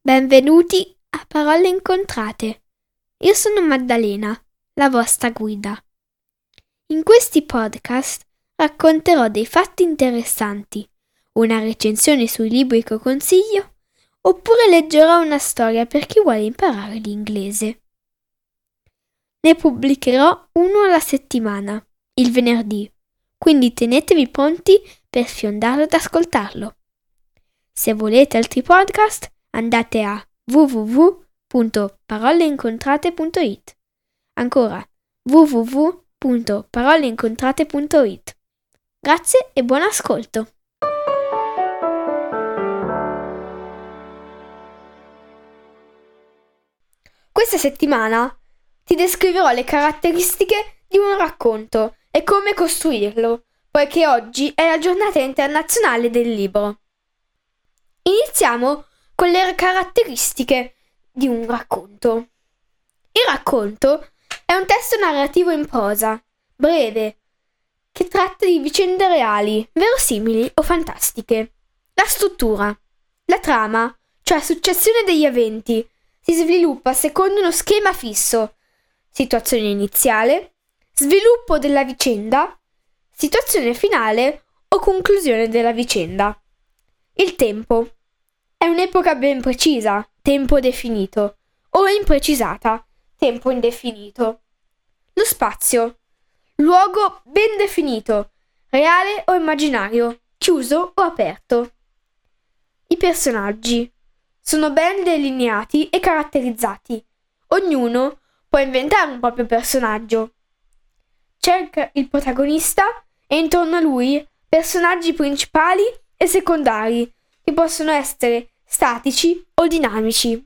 Benvenuti a Parole Incontrate. Io sono Maddalena, la vostra guida. In questi podcast racconterò dei fatti interessanti, una recensione sui libri che consiglio, oppure leggerò una storia per chi vuole imparare l'inglese. Ne pubblicherò uno alla settimana, il venerdì, quindi tenetevi pronti per fiondarlo ad ascoltarlo. Se volete altri podcast, andate a www.paroleincontrate.it. Ancora www.paroleincontrate.it. Grazie e buon ascolto. Questa settimana ti descriverò le caratteristiche di un racconto e come costruirlo, poiché oggi è la giornata internazionale del libro. Iniziamo con le caratteristiche di un racconto. Il racconto è un testo narrativo in prosa, breve, che tratta di vicende reali, verosimili o fantastiche. La struttura. La trama, cioè successione degli eventi, si sviluppa secondo uno schema fisso: situazione iniziale, sviluppo della vicenda, situazione finale o conclusione della vicenda. Il tempo. È un'epoca ben precisa, tempo definito, o imprecisata, tempo indefinito. Lo spazio. Luogo ben definito, reale o immaginario, chiuso o aperto. I personaggi. Sono ben delineati e caratterizzati. Ognuno può inventare un proprio personaggio. C'è il protagonista e intorno a lui personaggi principali e secondari che possono essere statici o dinamici.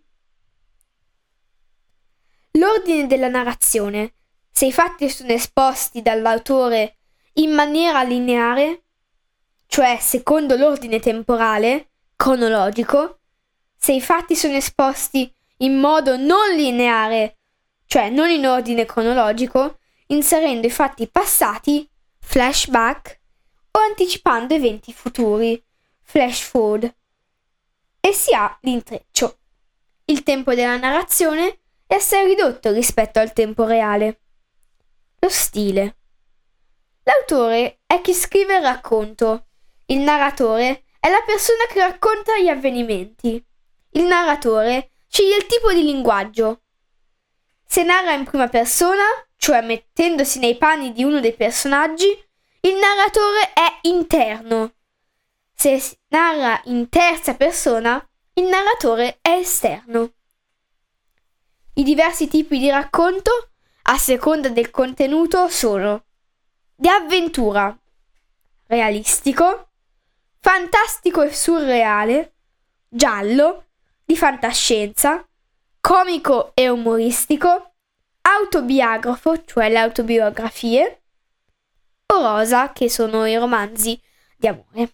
L'ordine della narrazione. Se i fatti sono esposti dall'autore in maniera lineare, cioè secondo l'ordine temporale, cronologico, se i fatti sono esposti in modo non lineare, cioè non in ordine cronologico, inserendo i fatti passati, flashback, o anticipando eventi futuri, flash forward, e si ha l'intreccio. Il tempo della narrazione è assai ridotto rispetto al tempo reale. Lo stile. L'autore è chi scrive il racconto. Il narratore è la persona che racconta gli avvenimenti. Il narratore sceglie il tipo di linguaggio. Se narra in prima persona, cioè mettendosi nei panni di uno dei personaggi, il narratore è interno. Se si narra in terza persona, il narratore è esterno. I diversi tipi di racconto, a seconda del contenuto, sono: di avventura, realistico, fantastico e surreale, giallo, di fantascienza, comico e umoristico, autobiografo, cioè le autobiografie, o rosa, che sono i romanzi di amore.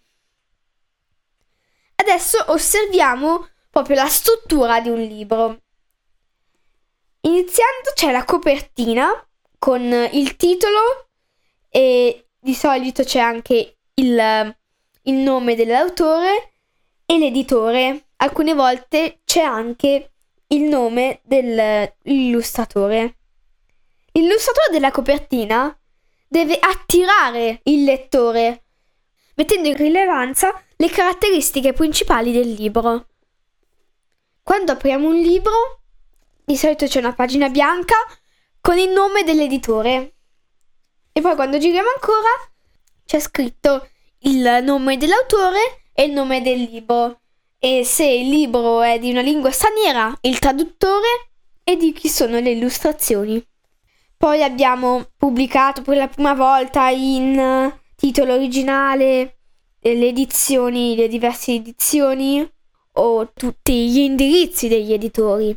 Adesso osserviamo proprio la struttura di un libro. Iniziando c'è la copertina con il titolo e di solito c'è anche il nome dell'autore e l'editore. Alcune volte c'è anche il nome dell'illustratore. L'illustratore della copertina deve attirare il lettore, mettendo in rilevanza le caratteristiche principali del libro. Quando apriamo un libro, di solito c'è una pagina bianca con il nome dell'editore. E poi quando giriamo ancora c'è scritto il nome dell'autore e il nome del libro. E se il libro è di una lingua straniera, il traduttore e di chi sono le illustrazioni. Poi abbiamo pubblicato per la prima volta in titolo originale le edizioni, le diverse edizioni o tutti gli indirizzi degli editori.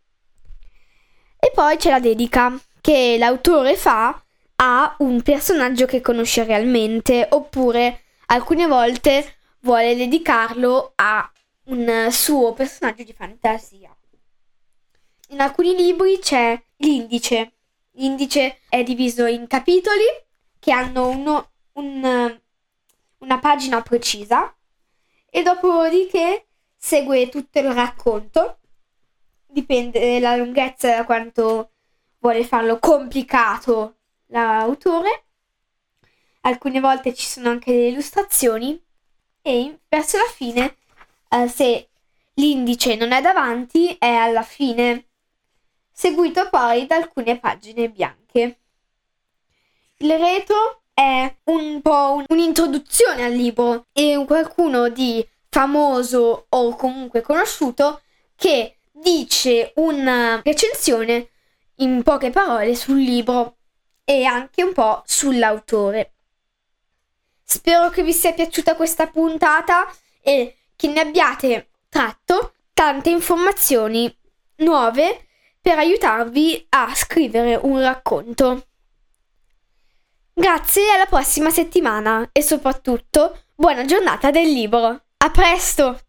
E poi c'è la dedica che l'autore fa a un personaggio che conosce realmente, oppure alcune volte vuole dedicarlo a un suo personaggio di fantasia. In alcuni libri c'è l'indice. L'indice è diviso in capitoli che hanno una pagina precisa, e dopodiché segue tutto il racconto, dipende dalla lunghezza, da quanto vuole farlo complicato l'autore. Alcune volte ci sono anche delle illustrazioni e verso la fine, se l'indice non è davanti, è alla fine, seguito poi da alcune pagine bianche. Il retro è un po' un'introduzione al libro e qualcuno di famoso o comunque conosciuto che dice una recensione in poche parole sul libro e anche un po' sull'autore. Spero che vi sia piaciuta questa puntata e che ne abbiate tratto tante informazioni nuove per aiutarvi a scrivere un racconto. Grazie, alla prossima settimana e soprattutto buona giornata del libro. A presto!